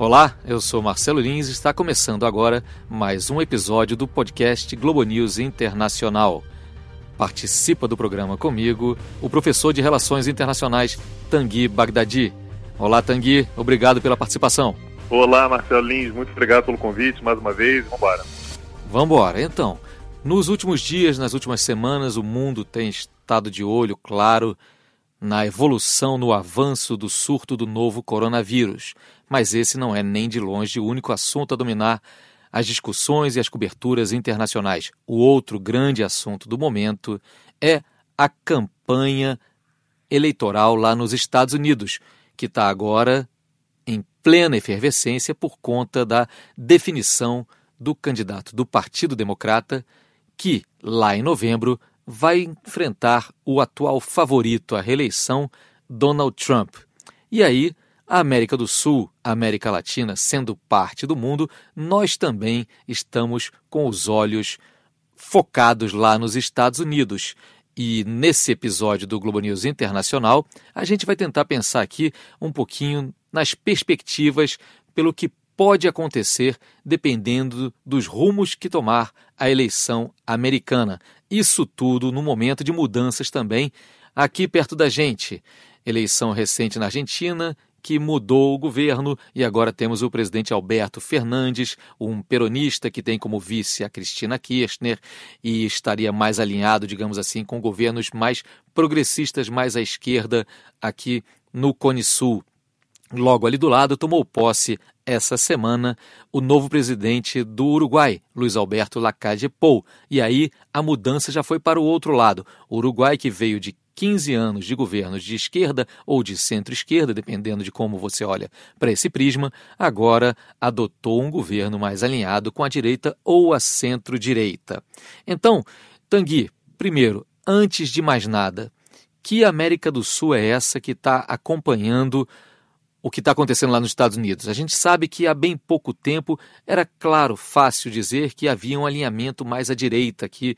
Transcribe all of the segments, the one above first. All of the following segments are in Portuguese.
Olá, eu sou Marcelo Lins e está começando agora mais um episódio do podcast Globo News Internacional. Participa do programa comigo o professor de Relações Internacionais, Tanguy Bagdadi. Olá, Tanguy, obrigado pela participação. Olá, Marcelo Lins, muito obrigado pelo convite mais uma vez. Vambora. Então, nos últimos dias, nas últimas semanas, o mundo tem estado de olho, claro, na evolução, no avanço do surto do novo coronavírus. Mas esse não é nem de longe o único assunto a dominar as discussões e as coberturas internacionais. O outro grande assunto do momento é a campanha eleitoral lá nos Estados Unidos, que está agora em plena efervescência por conta da definição do candidato do Partido Democrata, que, lá em novembro, vai enfrentar o atual favorito à reeleição, Donald Trump. E aí, a América do Sul, a América Latina, sendo parte do mundo, nós também estamos com os olhos focados lá nos Estados Unidos. E nesse episódio do Globo News Internacional, a gente vai tentar pensar aqui um pouquinho nas perspectivas pelo que pode acontecer dependendo dos rumos que tomar a eleição americana. Isso tudo no momento de mudanças também aqui perto da gente. Eleição recente na Argentina, que mudou o governo, e agora temos o presidente Alberto Fernandes, um peronista que tem como vice a Cristina Kirchner e estaria mais alinhado, digamos assim, com governos mais progressistas, mais à esquerda aqui no Cone Sul. Logo ali do lado, tomou posse essa semana o novo presidente do Uruguai, Luiz Alberto Lacalle Pou. E aí a mudança já foi para o outro lado. O Uruguai, que veio de 15 anos de governos de esquerda ou de centro-esquerda, dependendo de como você olha para esse prisma, agora adotou um governo mais alinhado com a direita ou a centro-direita. Então, Tanguy, primeiro, antes de mais nada, que América do Sul é essa que está acompanhando o que está acontecendo lá nos Estados Unidos? A gente sabe que há bem pouco tempo era, claro, fácil dizer que havia um alinhamento mais à direita aqui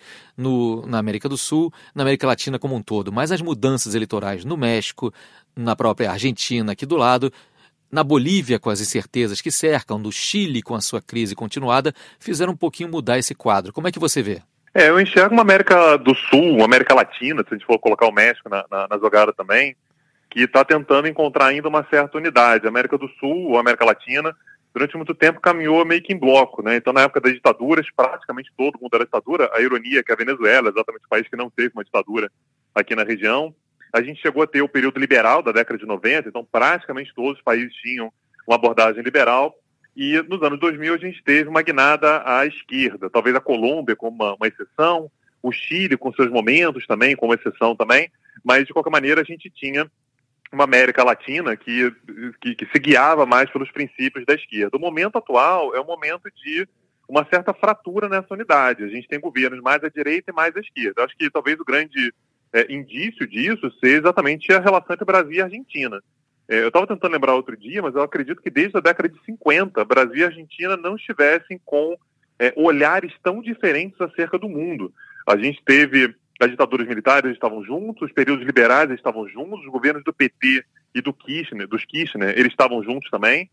na América do Sul, na América Latina como um todo, mas as mudanças eleitorais no México, na própria Argentina aqui do lado, na Bolívia com as incertezas que cercam, no Chile com a sua crise continuada, fizeram um pouquinho mudar esse quadro. Como é que você vê? Eu enxergo uma América do Sul, uma América Latina, se a gente for colocar o México na jogada também, que está tentando encontrar ainda uma certa unidade. A América do Sul, ou a América Latina, durante muito tempo caminhou meio que em bloco, né? Então, na época das ditaduras, praticamente todo mundo era ditadura. A ironia é que a Venezuela, exatamente o país que não teve uma ditadura aqui na região, a gente chegou a ter o período liberal da década de 90, então praticamente todos os países tinham uma abordagem liberal, e nos anos 2000 a gente teve uma guinada à esquerda, talvez a Colômbia como uma exceção, o Chile com seus momentos também, como exceção também, mas de qualquer maneira a gente tinha uma América Latina que se guiava mais pelos princípios da esquerda. O momento atual é um momento de uma certa fratura nessa unidade. A gente tem governos mais à direita e mais à esquerda. Eu acho que talvez o grande indício disso seja exatamente a relação entre Brasil e Argentina. Eu estava tentando lembrar outro dia, mas eu acredito que desde a década de 50, Brasil e Argentina não estivessem com olhares tão diferentes acerca do mundo. A gente teve as ditaduras militares estavam juntos, os períodos liberais estavam juntos, os governos do PT e dos Kirchner, eles estavam juntos também.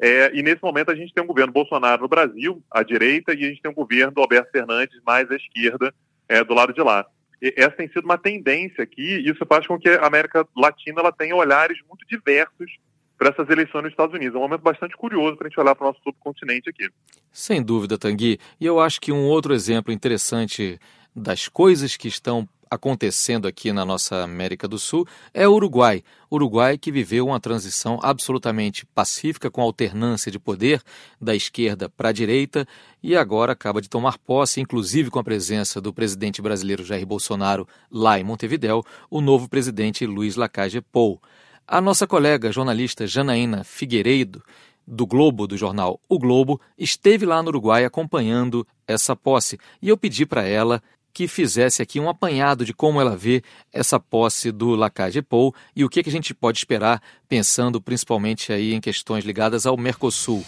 E nesse momento a gente tem um governo Bolsonaro no Brasil, à direita, e a gente tem um governo do Alberto Fernandes mais à esquerda, do lado de lá. E essa tem sido uma tendência aqui, e isso faz com que a América Latina ela tenha olhares muito diversos para essas eleições nos Estados Unidos. É um momento bastante curioso para a gente olhar para o nosso subcontinente aqui. Sem dúvida, Tanguy. E eu acho que um outro exemplo interessante das coisas que estão acontecendo aqui na nossa América do Sul é o Uruguai. O Uruguai que viveu uma transição absolutamente pacífica com alternância de poder da esquerda para a direita e agora acaba de tomar posse, inclusive com a presença do presidente brasileiro Jair Bolsonaro lá em Montevidéu, o novo presidente Luiz Lacalle Pou. A nossa colega jornalista Janaína Figueiredo, do Globo, do jornal O Globo, esteve lá no Uruguai acompanhando essa posse e eu pedi para ela que fizesse aqui um apanhado de como ela vê essa posse do Lacalle Pou e o que a gente pode esperar, pensando principalmente aí em questões ligadas ao Mercosul.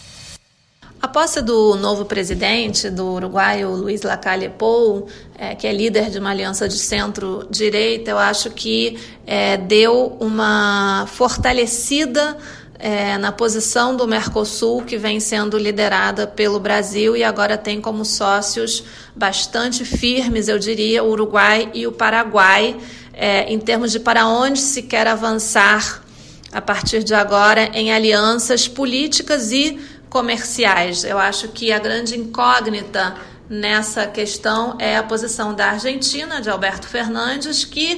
A posse do novo presidente do Uruguai, o Luiz Lacalle Pou, que é líder de uma aliança de centro-direita, eu acho que deu uma fortalecida na posição do Mercosul, que vem sendo liderada pelo Brasil e agora tem como sócios bastante firmes, eu diria, o Uruguai e o Paraguai, em termos de para onde se quer avançar a partir de agora em alianças políticas e comerciais. Eu acho que a grande incógnita nessa questão é a posição da Argentina, de Alberto Fernandes, que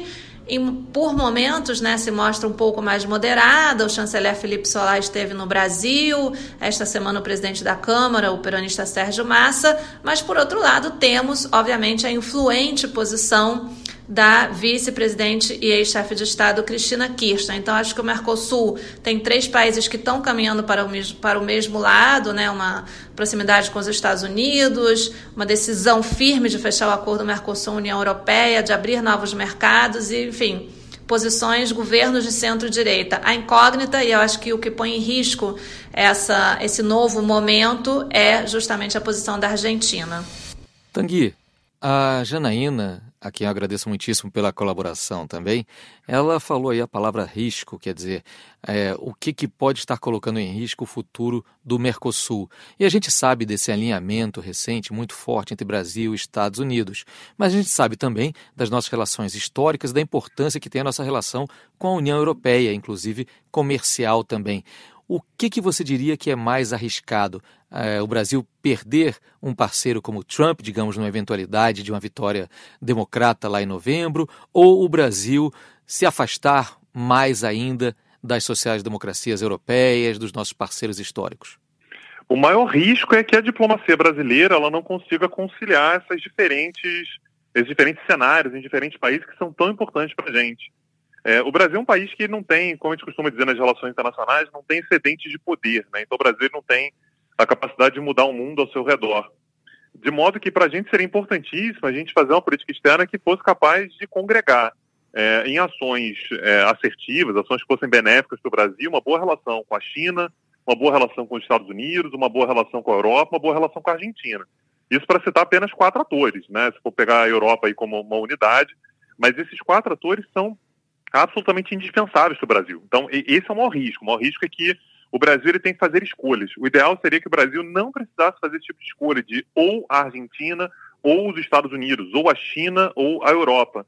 por momentos, se mostra um pouco mais moderada. O chanceler Felipe Solá esteve no Brasil, esta semana o presidente da Câmara, o peronista Sérgio Massa, mas por outro lado temos, obviamente, a influente posição da vice-presidente e ex-chefe de Estado Cristina Kirchner. Então, acho que o Mercosul tem 3 países que estão caminhando para o mesmo lado, uma proximidade com os Estados Unidos, uma decisão firme de fechar o acordo Mercosul-União Europeia, de abrir novos mercados e, enfim, posições, governos de centro-direita. A incógnita, e eu acho que o que põe em risco esse novo momento é justamente a posição da Argentina. Tanguy, a Janaína, a quem eu agradeço muitíssimo pela colaboração também, ela falou aí a palavra risco, quer dizer, o que pode estar colocando em risco o futuro do Mercosul. E a gente sabe desse alinhamento recente muito forte entre Brasil e Estados Unidos, mas a gente sabe também das nossas relações históricas, da importância que tem a nossa relação com a União Europeia, inclusive comercial também. O que você diria que é mais arriscado? O Brasil perder um parceiro como Trump, digamos, numa eventualidade de uma vitória democrata lá em novembro, ou o Brasil se afastar mais ainda das sociais-democracias europeias, dos nossos parceiros históricos? O maior risco é que a diplomacia brasileira ela não consiga conciliar esses diferentes cenários em diferentes países que são tão importantes para a gente. O Brasil é um país que não tem, como a gente costuma dizer nas relações internacionais, não tem excedente de poder, Então o Brasil não tem a capacidade de mudar o mundo ao seu redor. De modo que para a gente seria importantíssimo a gente fazer uma política externa que fosse capaz de congregar em ações assertivas, ações que fossem benéficas para o Brasil, uma boa relação com a China, uma boa relação com os Estados Unidos, uma boa relação com a Europa, uma boa relação com a Argentina. Isso para citar apenas 4 atores, Se for pegar a Europa aí como uma unidade, mas esses 4 atores são absolutamente indispensáveis para o Brasil. Então, esse é o maior risco. O maior risco é que o Brasil ele tem que fazer escolhas. O ideal seria que o Brasil não precisasse fazer esse tipo de escolha de ou a Argentina, ou os Estados Unidos, ou a China, ou a Europa.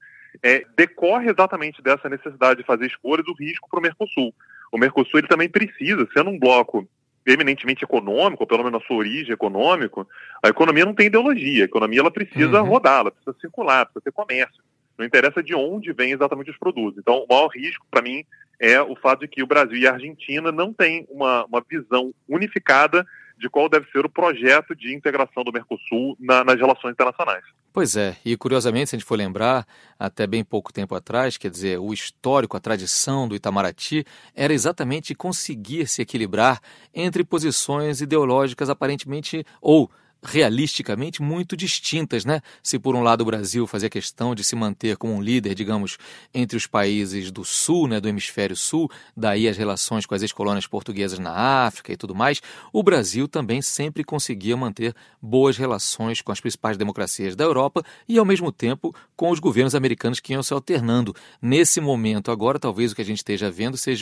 Decorre exatamente dessa necessidade de fazer escolhas o risco para o Mercosul. O Mercosul ele também precisa, sendo um bloco eminentemente econômico, ou pelo menos a sua origem econômica, a economia não tem ideologia. A economia ela precisa rodar, ela precisa circular, precisa ter comércio. Não interessa de onde vêm exatamente os produtos. Então, o maior risco, para mim, é o fato de que o Brasil e a Argentina não têm uma visão unificada de qual deve ser o projeto de integração do Mercosul nas relações internacionais. Pois é, e curiosamente, se a gente for lembrar, até bem pouco tempo atrás, quer dizer, o histórico, a tradição do Itamaraty era exatamente conseguir se equilibrar entre posições ideológicas aparentemente, ou realisticamente muito distintas, Se por um lado o Brasil fazia questão de se manter como um líder, digamos, entre os países do sul, do hemisfério sul, daí as relações com as ex-colônias portuguesas na África e tudo mais, o Brasil também sempre conseguia manter boas relações com as principais democracias da Europa e, ao mesmo tempo, com os governos americanos que iam se alternando. Nesse momento, agora, talvez o que a gente esteja vendo seja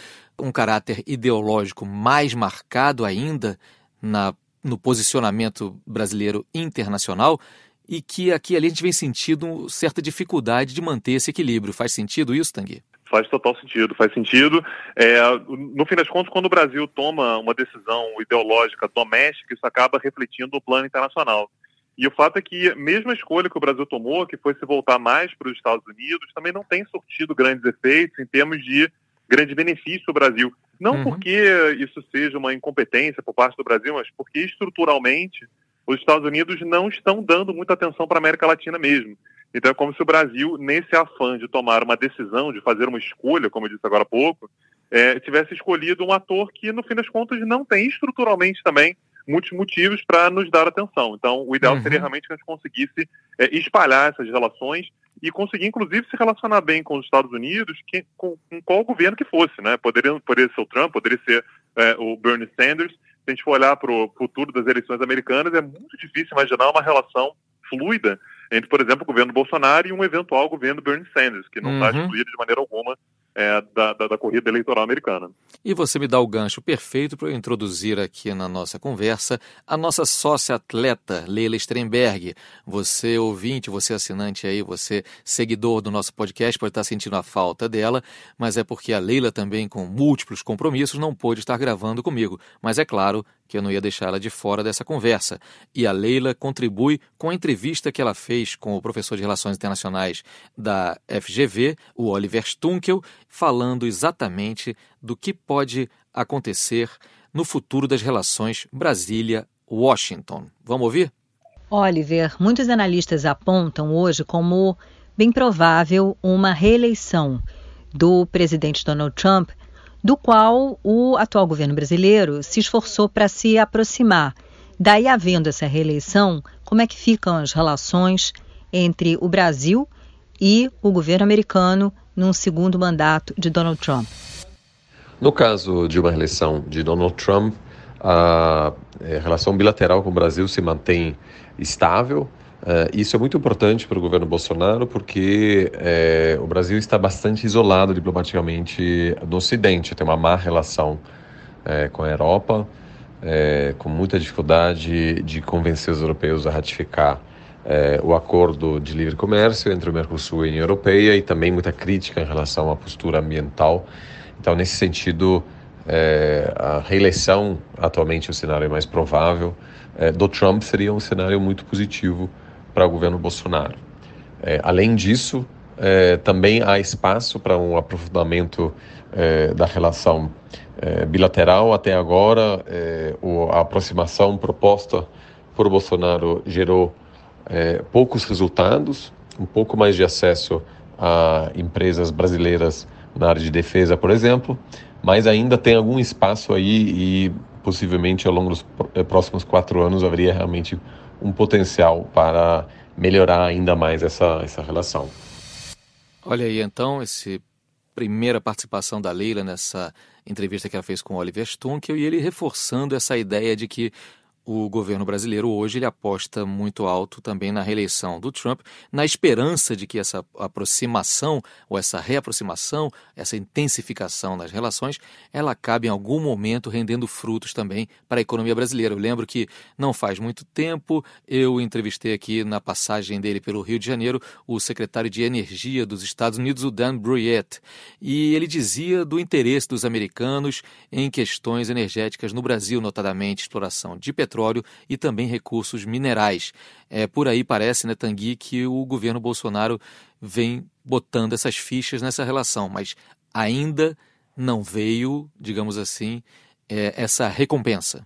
um caráter ideológico mais marcado ainda no posicionamento brasileiro internacional e que aqui ali a gente vem sentindo certa dificuldade de manter esse equilíbrio. Faz sentido isso, Tanguy? Faz total sentido, faz sentido. No fim das contas, quando o Brasil toma uma decisão ideológica doméstica, isso acaba refletindo no plano internacional. E o fato é que mesmo a escolha que o Brasil tomou, que foi se voltar mais para os Estados Unidos, também não tem surtido grandes efeitos em termos de grande benefício ao Brasil. Não porque isso seja uma incompetência por parte do Brasil, mas porque estruturalmente os Estados Unidos não estão dando muita atenção para a América Latina mesmo. Então é como se o Brasil, nesse afã de tomar uma decisão, de fazer uma escolha, como eu disse agora há pouco, tivesse escolhido um ator que, no fim das contas, não tem estruturalmente também muitos motivos para nos dar atenção. Então, o ideal seria realmente que a gente conseguisse espalhar essas relações e conseguir, inclusive, se relacionar bem com os Estados Unidos, com qual governo que fosse, Poderia ser o Trump, poderia ser o Bernie Sanders. Se a gente for olhar para o futuro das eleições americanas, é muito difícil imaginar uma relação fluida entre, por exemplo, o governo Bolsonaro e um eventual governo Bernie Sanders, que não está excluído de maneira alguma da corrida eleitoral americana. E você me dá o gancho perfeito para eu introduzir aqui na nossa conversa a nossa sócia atleta, Leila Strenberg. Você ouvinte, você assinante aí, você seguidor do nosso podcast pode estar sentindo a falta dela, mas é porque a Leila também, com múltiplos compromissos, não pôde estar gravando comigo. Mas é claro que eu não ia deixar ela de fora dessa conversa. E a Leila contribui com a entrevista que ela fez com o professor de Relações Internacionais da FGV, o Oliver Stunkel, falando exatamente do que pode acontecer no futuro das relações Brasília-Washington. Vamos ouvir? Oliver, muitos analistas apontam hoje como bem provável uma reeleição do presidente Donald Trump, do qual o atual governo brasileiro se esforçou para se aproximar. Daí, havendo essa reeleição, como é que ficam as relações entre o Brasil e o governo americano num segundo mandato de Donald Trump? No caso de uma reeleição de Donald Trump, a relação bilateral com o Brasil se mantém estável. Isso é muito importante para o governo Bolsonaro porque o Brasil está bastante isolado diplomaticamente no Ocidente, tem uma má relação com a Europa, com muita dificuldade de convencer os europeus a ratificar o acordo de livre comércio entre o Mercosul e a União Europeia e também muita crítica em relação à postura ambiental. Então, nesse sentido, a reeleição atualmente é o cenário mais provável. Do Trump seria um cenário muito positivo para o governo Bolsonaro. Além disso, também há espaço para um aprofundamento da relação bilateral. Até agora, a aproximação proposta por Bolsonaro gerou poucos resultados, um pouco mais de acesso a empresas brasileiras na área de defesa, por exemplo, mas ainda tem algum espaço aí e possivelmente ao longo dos próximos 4 anos haveria realmente um potencial para melhorar ainda mais essa relação. Olha aí então, essa primeira participação da Leila nessa entrevista que ela fez com o Oliver Stunkel e ele reforçando essa ideia de que o governo brasileiro hoje ele aposta muito alto também na reeleição do Trump, na esperança de que essa aproximação ou essa reaproximação, essa intensificação nas relações, ela acabe em algum momento rendendo frutos também para a economia brasileira. Eu lembro que não faz muito tempo eu entrevistei aqui na passagem dele pelo Rio de Janeiro o secretário de Energia dos Estados Unidos, o Dan Brouillette, e ele dizia do interesse dos americanos em questões energéticas no Brasil, notadamente exploração de petróleo e também recursos minerais. Por aí parece, né, Tanguy, que o governo Bolsonaro vem botando essas fichas nessa relação, mas ainda não veio, digamos assim, essa recompensa.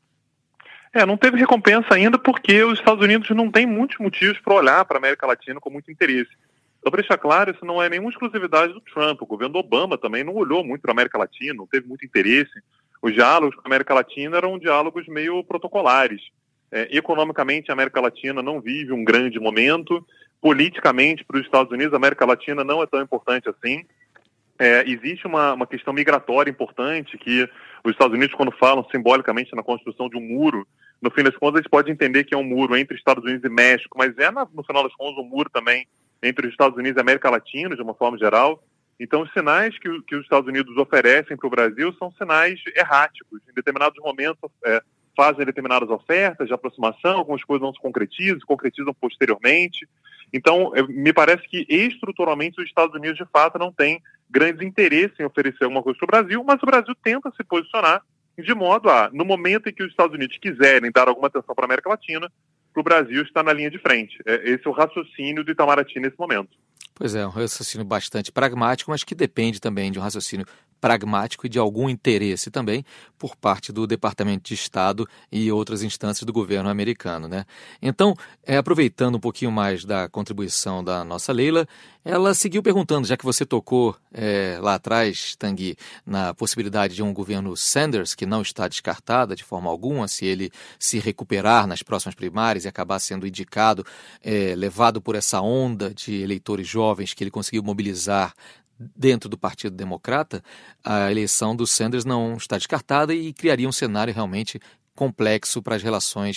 Não teve recompensa ainda porque os Estados Unidos não têm muitos motivos para olhar para a América Latina com muito interesse. Então, para deixar claro, isso não é nenhuma exclusividade do Trump. O governo Obama também não olhou muito para a América Latina, não teve muito interesse. Os diálogos com a América Latina eram diálogos meio protocolares. Economicamente, a América Latina não vive um grande momento. Politicamente, para os Estados Unidos, a América Latina não é tão importante assim. Existe uma questão migratória importante que os Estados Unidos, quando falam simbolicamente na construção de um muro, no fim das contas, eles podem entender que é um muro entre Estados Unidos e México, mas no final das contas, um muro também entre os Estados Unidos e a América Latina, de uma forma geral. Então, os sinais que os Estados Unidos oferecem para o Brasil são sinais erráticos. Em determinados momentos, fazem determinadas ofertas de aproximação, algumas coisas não se concretizam posteriormente. Então, me parece que estruturalmente os Estados Unidos, de fato, não têm grandes interesses em oferecer alguma coisa para o Brasil, mas o Brasil tenta se posicionar de modo a, no momento em que os Estados Unidos quiserem dar alguma atenção para a América Latina, para o Brasil estar na linha de frente. Esse é o raciocínio do Itamaraty nesse momento. Pois é, um raciocínio bastante pragmático, mas que depende também de um raciocínio pragmático e de algum interesse também por parte do Departamento de Estado e outras instâncias do governo americano, né? Então, aproveitando um pouquinho mais da contribuição da nossa Leila, ela seguiu perguntando, já que você tocou lá atrás, Tanguy, na possibilidade de um governo Sanders, que não está descartada de forma alguma, se ele se recuperar nas próximas primárias e acabar sendo indicado, levado por essa onda de eleitores jovens que ele conseguiu mobilizar dentro do Partido Democrata, a eleição do Sanders não está descartada e criaria um cenário realmente complexo para as relações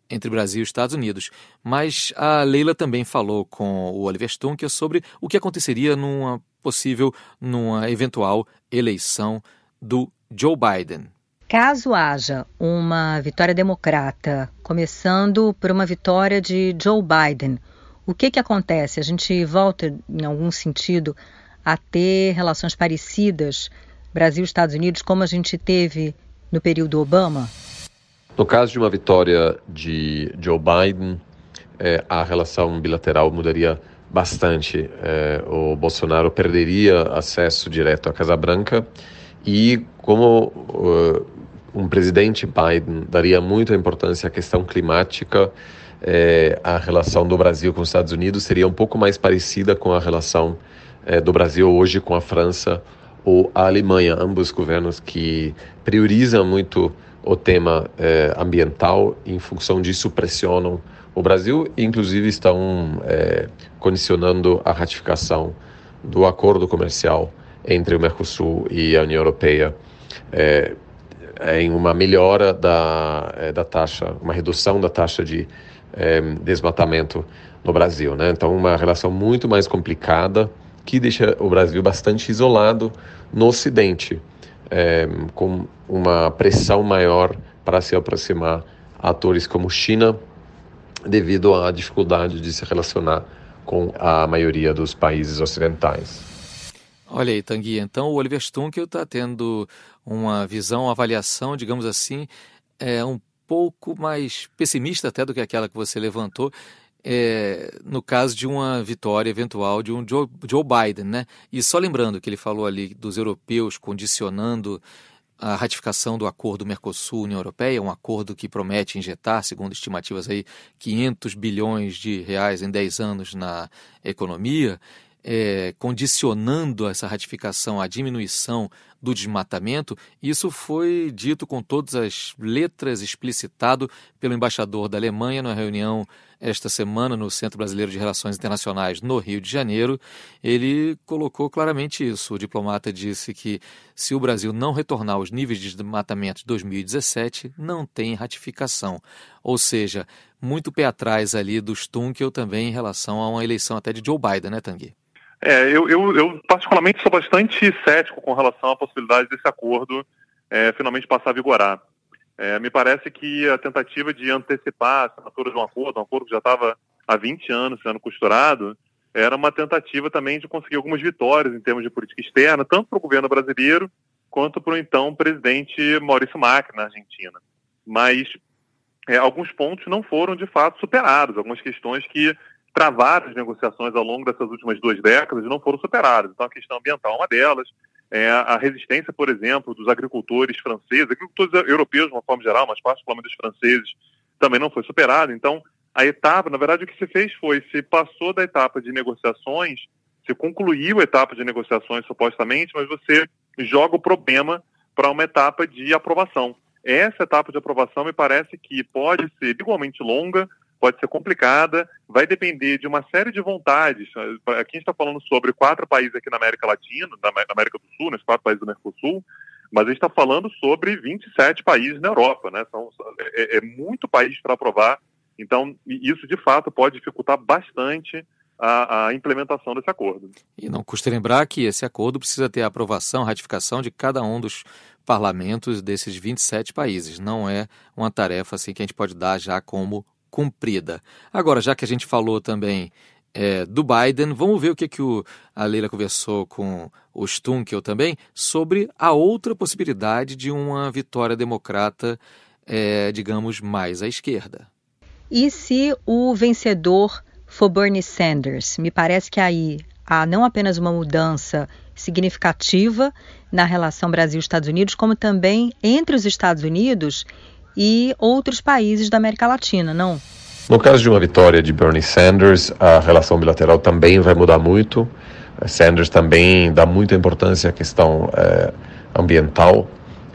entre Brasil e Estados Unidos. Mas a Leila também falou com o Oliver Stunkel sobre o que aconteceria numa eventual eleição do Joe Biden. Caso haja uma vitória democrata, começando por uma vitória de Joe Biden, o que acontece? A gente volta, em algum sentido, a ter relações parecidas Brasil e Estados Unidos, como a gente teve no período Obama? No caso de uma vitória de Joe Biden, a relação bilateral mudaria bastante. O Bolsonaro perderia acesso direto à Casa Branca e, como um presidente Biden daria muita importância à questão climática, a relação do Brasil com os Estados Unidos seria um pouco mais parecida com a relação do Brasil hoje com a França ou a Alemanha, ambos governos que priorizam muito o tema ambiental, em função disso pressionam o Brasil e inclusive estão condicionando a ratificação do acordo comercial entre o Mercosul e a União Europeia em uma melhora da taxa, uma redução da taxa de desmatamento no Brasil, né? Então, uma relação muito mais complicada que deixa o Brasil bastante isolado no Ocidente, com uma pressão maior para se aproximar a atores como China, devido à dificuldade de se relacionar com a maioria dos países ocidentais. Olha aí, Tanguy, então o Oliver Stunkel está tendo uma visão, uma avaliação, digamos assim, um pouco mais pessimista até do que aquela que você levantou, no caso de uma vitória eventual de um Joe Biden, né? E só lembrando que ele falou ali dos europeus condicionando a ratificação do acordo Mercosul-União Europeia, um acordo que promete injetar, segundo estimativas aí, 500 bilhões de reais em 10 anos na economia, condicionando essa ratificação à diminuição do desmatamento. Isso foi dito com todas as letras, explicitado pelo embaixador da Alemanha na reunião esta semana no Centro Brasileiro de Relações Internacionais no Rio de Janeiro. Ele colocou claramente isso. O diplomata disse que se o Brasil não retornar aos níveis de desmatamento de 2017, não tem ratificação. Ou seja, muito pé atrás ali do Stunkel também em relação a uma eleição até de Joe Biden, né, Tanguy? Eu particularmente sou bastante cético com relação à possibilidade desse acordo finalmente passar a vigorar. Me parece que a tentativa de antecipar a assinatura de um acordo que já estava há 20 anos sendo costurado, era uma tentativa também de conseguir algumas vitórias em termos de política externa, tanto para o governo brasileiro quanto para o então presidente Maurício Macri na Argentina. Mas alguns pontos não foram de fato superados, algumas questões que travaram as negociações ao longo dessas últimas 2 décadas e não foram superadas. Então a questão ambiental é uma delas, a resistência, por exemplo, dos agricultores franceses, agricultores europeus de uma forma geral, mas particularmente dos franceses, também não foi superada. Então a etapa, na verdade o que se fez foi, se passou da etapa de negociações, se concluiu a etapa de negociações supostamente, mas você joga o problema para uma etapa de aprovação. Essa etapa de aprovação me parece que pode ser igualmente longa, pode ser complicada, vai depender de uma série de vontades. Aqui a gente está falando sobre 4 países aqui na América Latina, na América do Sul, 4 países do Mercosul, mas a gente está falando sobre 27 países na Europa, né? É muito país para aprovar, então isso de fato pode dificultar bastante a implementação desse acordo. E não custa lembrar que esse acordo precisa ter a aprovação, ratificação de cada um dos parlamentos desses 27 países. Não é uma tarefa assim que a gente pode dar já como cumprida. Agora, já que a gente falou também do Biden, vamos ver o que a Leila conversou com o Stunkel também sobre a outra possibilidade de uma vitória democrata, digamos, mais à esquerda. E se o vencedor for Bernie Sanders? Me parece que aí há não apenas uma mudança significativa na relação Brasil-Estados Unidos, como também entre os Estados Unidos e outros países da América Latina, não? No caso de uma vitória de Bernie Sanders, a relação bilateral também vai mudar muito. Sanders também dá muita importância à questão ambiental,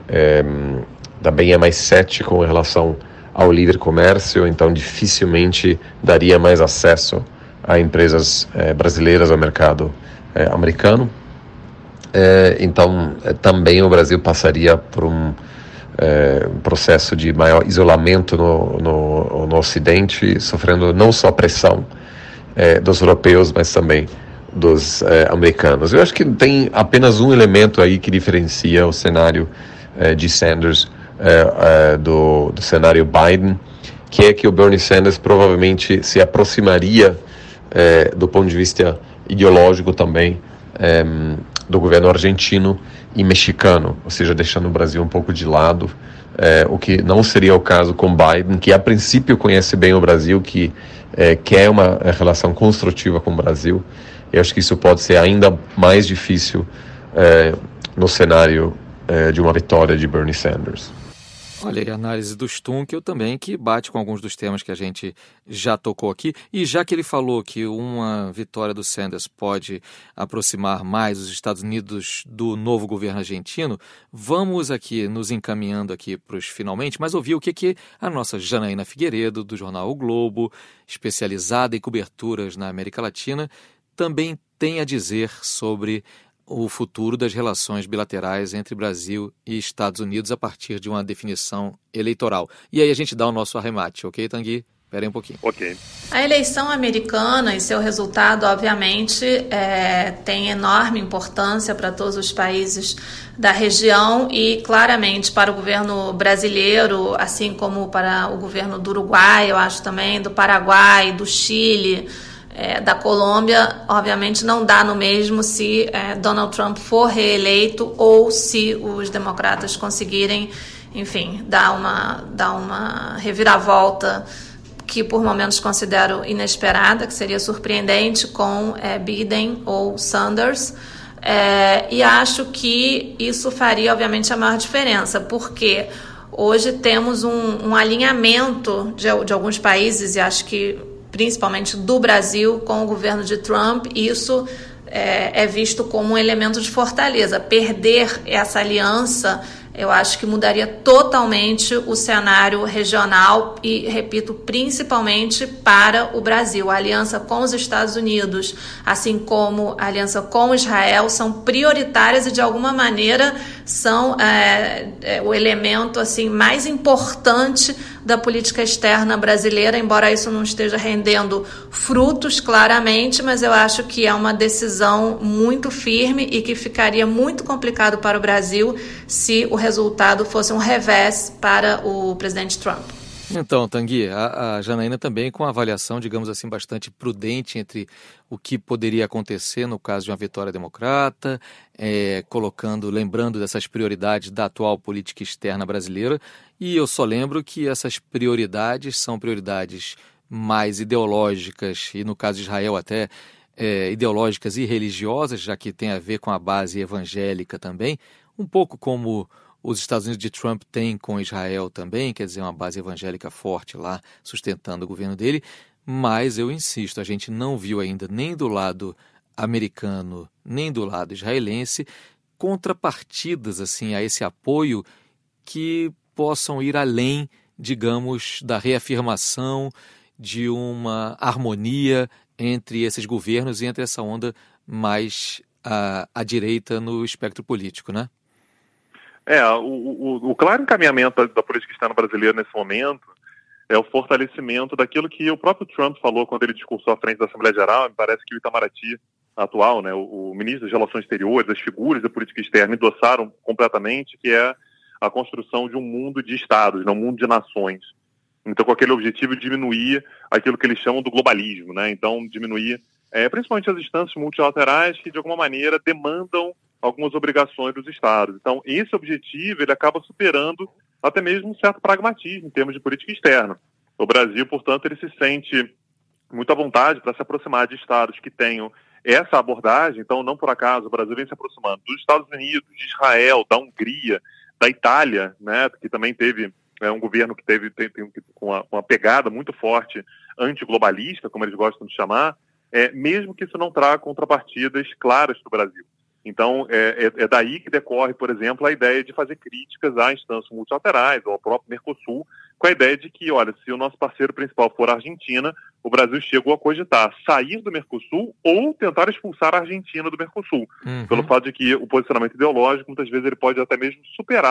também é mais cético em relação ao livre comércio, então dificilmente daria mais acesso a empresas brasileiras ao mercado americano. Então também o Brasil passaria por um processo de maior isolamento no Ocidente, sofrendo não só pressão dos europeus, mas também dos americanos. Eu acho que tem apenas um elemento aí que diferencia o cenário de Sanders do cenário Biden, que é que o Bernie Sanders provavelmente se aproximaria do ponto de vista ideológico também do governo argentino e mexicano, ou seja, deixando o Brasil um pouco de lado, o que não seria o caso com Biden, que a princípio conhece bem o Brasil, que quer uma relação construtiva com o Brasil. Eu acho que isso pode ser ainda mais difícil no cenário de uma vitória de Bernie Sanders. Olha, e a análise do Stunkel também, que bate com alguns dos temas que a gente já tocou aqui. E já que ele falou que uma vitória do Sanders pode aproximar mais os Estados Unidos do novo governo argentino, vamos aqui nos encaminhando aqui para os finalmente, mas ouvir o que a nossa Janaína Figueiredo, do jornal O Globo, especializada em coberturas na América Latina, também tem a dizer sobre o futuro das relações bilaterais entre Brasil e Estados Unidos a partir de uma definição eleitoral. E aí a gente dá o nosso arremate, ok, Tanguy? Espera aí um pouquinho. Ok. A eleição americana e seu resultado, obviamente, tem enorme importância para todos os países da região e, claramente, para o governo brasileiro, assim como para o governo do Uruguai, eu acho também, do Paraguai, do Chile, da Colômbia. Obviamente não dá no mesmo se Donald Trump for reeleito ou se os democratas conseguirem, enfim, dar uma reviravolta que por momentos considero inesperada, que seria surpreendente, com Biden ou Sanders. E acho que isso faria, obviamente, a maior diferença, porque hoje temos um alinhamento de alguns países, e acho que principalmente do Brasil, com o governo de Trump. Isso é visto como um elemento de fortaleza. Perder essa aliança, eu acho que mudaria totalmente o cenário regional e, repito, principalmente para o Brasil. A aliança com os Estados Unidos, assim como a aliança com Israel, são prioritárias e, de alguma maneira, são o elemento assim, mais importante da política externa brasileira, embora isso não esteja rendendo frutos claramente, mas eu acho que é uma decisão muito firme e que ficaria muito complicado para o Brasil se o resultado fosse um revés para o presidente Trump. Então, Tanguy, a Janaína também com uma avaliação, digamos assim, bastante prudente entre o que poderia acontecer no caso de uma vitória democrata, lembrando dessas prioridades da atual política externa brasileira. E eu só lembro que essas prioridades são prioridades mais ideológicas e, no caso de Israel, até ideológicas e religiosas, já que tem a ver com a base evangélica também, um pouco como os Estados Unidos de Trump têm com Israel também, quer dizer, uma base evangélica forte lá, sustentando o governo dele. Mas eu insisto, a gente não viu ainda nem do lado americano, nem do lado israelense, contrapartidas assim, a esse apoio que possam ir além, digamos, da reafirmação de uma harmonia entre esses governos e entre essa onda mais à direita no espectro político, né? O claro encaminhamento da política externa brasileira nesse momento é o fortalecimento daquilo que o próprio Trump falou quando ele discursou à frente da Assembleia Geral. Me parece que o Itamaraty atual, né, o ministro das Relações Exteriores, as figuras da política externa endossaram completamente, que é a construção de um mundo de estados, não um mundo de nações. Então, com aquele objetivo de diminuir aquilo que eles chamam do globalismo, né? Então, diminuir principalmente as instâncias multilaterais que, de alguma maneira, demandam algumas obrigações dos estados. Então, esse objetivo ele acaba superando até mesmo um certo pragmatismo em termos de política externa. O Brasil, portanto, ele se sente muito à vontade para se aproximar de estados que tenham essa abordagem. Então, não por acaso, o Brasil vem se aproximando dos Estados Unidos, de Israel, da Hungria, da Itália, né, que também teve um governo que tem uma pegada muito forte antiglobalista, como eles gostam de chamar, mesmo que isso não traga contrapartidas claras para o Brasil. Então, é daí que decorre, por exemplo, a ideia de fazer críticas a instâncias multilaterais, ou ao próprio Mercosul, com a ideia de que, olha, se o nosso parceiro principal for a Argentina, o Brasil chegou a cogitar sair do Mercosul ou tentar expulsar a Argentina do Mercosul, pelo fato de que o posicionamento ideológico, muitas vezes, ele pode até mesmo superar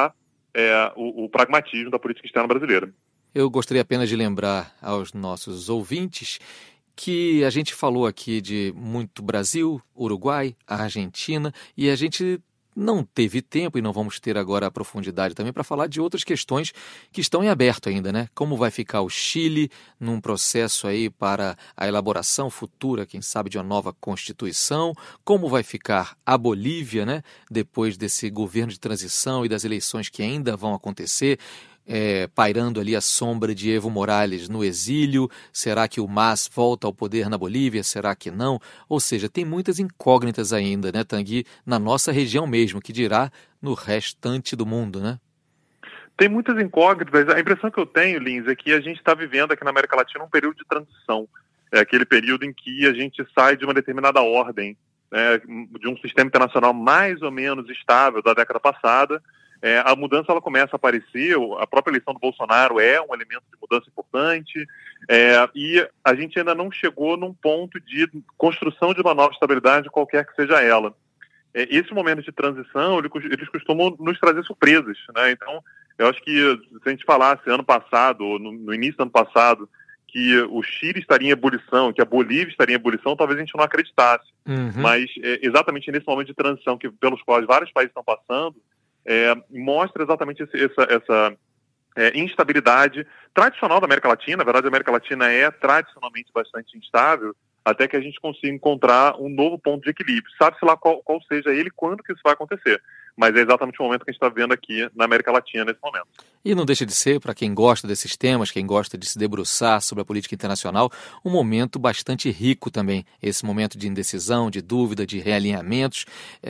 o pragmatismo da política externa brasileira. Eu gostaria apenas de lembrar aos nossos ouvintes que a gente falou aqui de muito Brasil, Uruguai, Argentina, e a gente não teve tempo e não vamos ter agora a profundidade também para falar de outras questões que estão em aberto ainda, né? Como vai ficar o Chile num processo aí para a elaboração futura, quem sabe, de uma nova Constituição, como vai ficar a Bolívia, né? Depois desse governo de transição e das eleições que ainda vão acontecer, pairando ali a sombra de Evo Morales no exílio. Será que o MAS volta ao poder na Bolívia? Será que não? Ou seja, tem muitas incógnitas ainda, né, Tanguy, na nossa região mesmo, que dirá no restante do mundo, né? Tem muitas incógnitas. A impressão que eu tenho, Lins, é que a gente está vivendo aqui na América Latina um período de transição. É aquele período em que a gente sai de uma determinada ordem, de um sistema internacional mais ou menos estável da década passada. A mudança ela começa a aparecer, a própria eleição do Bolsonaro é um elemento de mudança importante, e a gente ainda não chegou num ponto de construção de uma nova estabilidade, qualquer que seja ela. Esse momento de transição, eles costumam nos trazer surpresas, né? Então, eu acho que se a gente falasse ano passado, ou no início do ano passado, que o Chile estaria em ebulição, que a Bolívia estaria em ebulição, talvez a gente não acreditasse. Mas exatamente nesse momento de transição pelos quais vários países estão passando, mostra exatamente essa instabilidade tradicional da América Latina. Na verdade, a América Latina é tradicionalmente bastante instável, até que a gente consiga encontrar um novo ponto de equilíbrio. Sabe-se lá qual seja ele, quando que isso vai acontecer. Mas é exatamente o momento que a gente está vendo aqui na América Latina nesse momento. E não deixa de ser, para quem gosta desses temas, quem gosta de se debruçar sobre a política internacional, um momento bastante rico também. Esse momento de indecisão, de dúvida, de realinhamentos.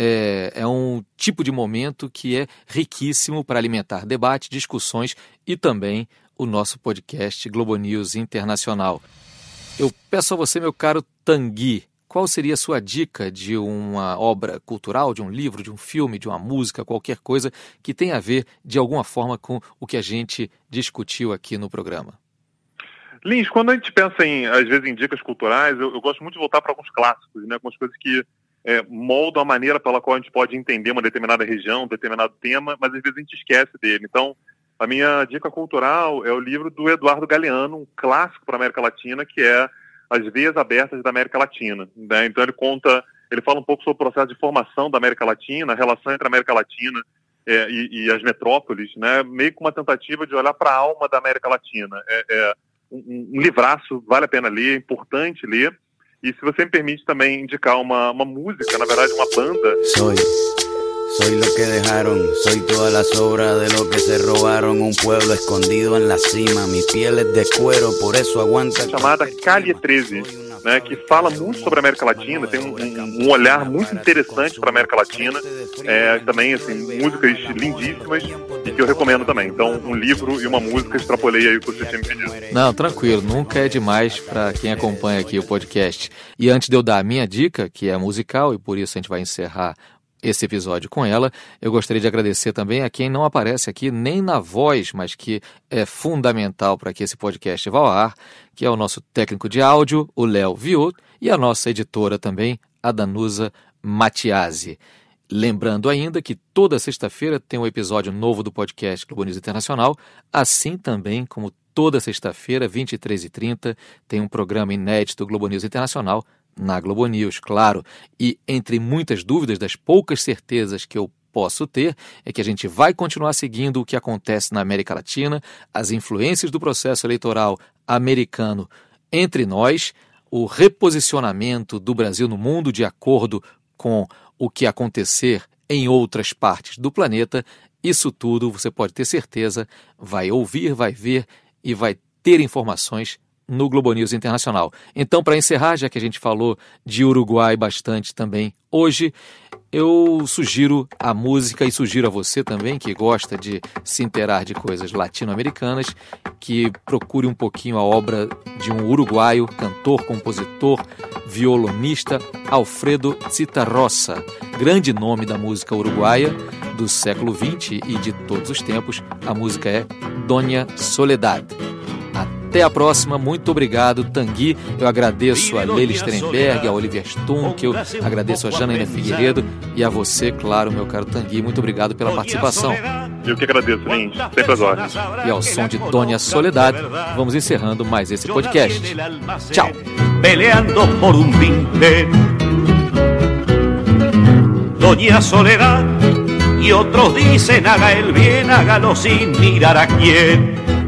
É um tipo de momento que é riquíssimo para alimentar debate, discussões e também o nosso podcast Globo News Internacional. Eu peço a você, meu caro Tanguy, qual seria a sua dica de uma obra cultural, de um livro, de um filme, de uma música, qualquer coisa que tenha a ver, de alguma forma, com o que a gente discutiu aqui no programa? Lins, quando a gente pensa, às vezes, em dicas culturais, eu gosto muito de voltar para alguns clássicos, né? Algumas coisas que moldam a maneira pela qual a gente pode entender uma determinada região, um determinado tema, mas às vezes a gente esquece dele. Então, a minha dica cultural é o livro do Eduardo Galeano, um clássico para a América Latina, que é As Veias Abertas da América Latina, né? Então ele fala um pouco sobre o processo de formação da América Latina, a relação entre a América Latina e as metrópoles, né? Meio que uma tentativa de olhar para a alma da América Latina. Um livraço, vale a pena ler, é importante ler. E se você me permite também indicar uma música, na verdade uma banda... Soy lo que dejaron, soy todas las obras de lo que se robaron, un pueblo escondido en la cima, mi piel es de cuero, por eso aguanta... Chamada Calle 13, né, que fala muito sobre a América Latina, tem um olhar muito interessante para a América Latina, também assim, músicas lindíssimas e que eu recomendo também. Então, um livro e uma música, extrapolei aí o que você tinha me pedido. Não, tranquilo, nunca é demais para quem acompanha aqui o podcast. E antes de eu dar a minha dica, que é musical, e por isso a gente vai encerrar esse episódio com ela, eu gostaria de agradecer também a quem não aparece aqui nem na voz, mas que é fundamental para que esse podcast vá ao ar, que é o nosso técnico de áudio, o Léo Viot, e a nossa editora também, a Danusa Matiasi. Lembrando ainda que toda sexta-feira tem um episódio novo do podcast Globo News Internacional, assim também como toda sexta-feira, 23h30, tem um programa inédito do Globo News Internacional na Globo News, claro. E entre muitas dúvidas, das poucas certezas que eu posso ter, é que a gente vai continuar seguindo o que acontece na América Latina, as influências do processo eleitoral americano entre nós, o reposicionamento do Brasil no mundo de acordo com o que acontecer em outras partes do planeta. Isso tudo, você pode ter certeza, vai ouvir, vai ver e vai ter informações no Globo News Internacional. Então, para encerrar, já que a gente falou de Uruguai bastante também hoje, eu sugiro a música e sugiro a você também, que gosta de se inteirar de coisas latino-americanas, que procure um pouquinho a obra de um uruguaio, cantor, compositor, violonista, Alfredo Zitarrosa, grande nome da música uruguaia do século XX e de todos os tempos. A música é Doña Soledad. Até a próxima, muito obrigado, Tanguy. Eu agradeço a Leila Sterenberg, a Olivier Stunkel, agradeço a Janaína Figueiredo e a você, claro, meu caro Tanguy. Muito obrigado pela participação. Eu que agradeço, Lins. Sempre às ordens. E ao som de Doña Soledad, vamos encerrando mais esse podcast. Tchau. Peleando por un vintén. Doña Soledad y otros dicen haga el bien, hágalo sin mirar a quién.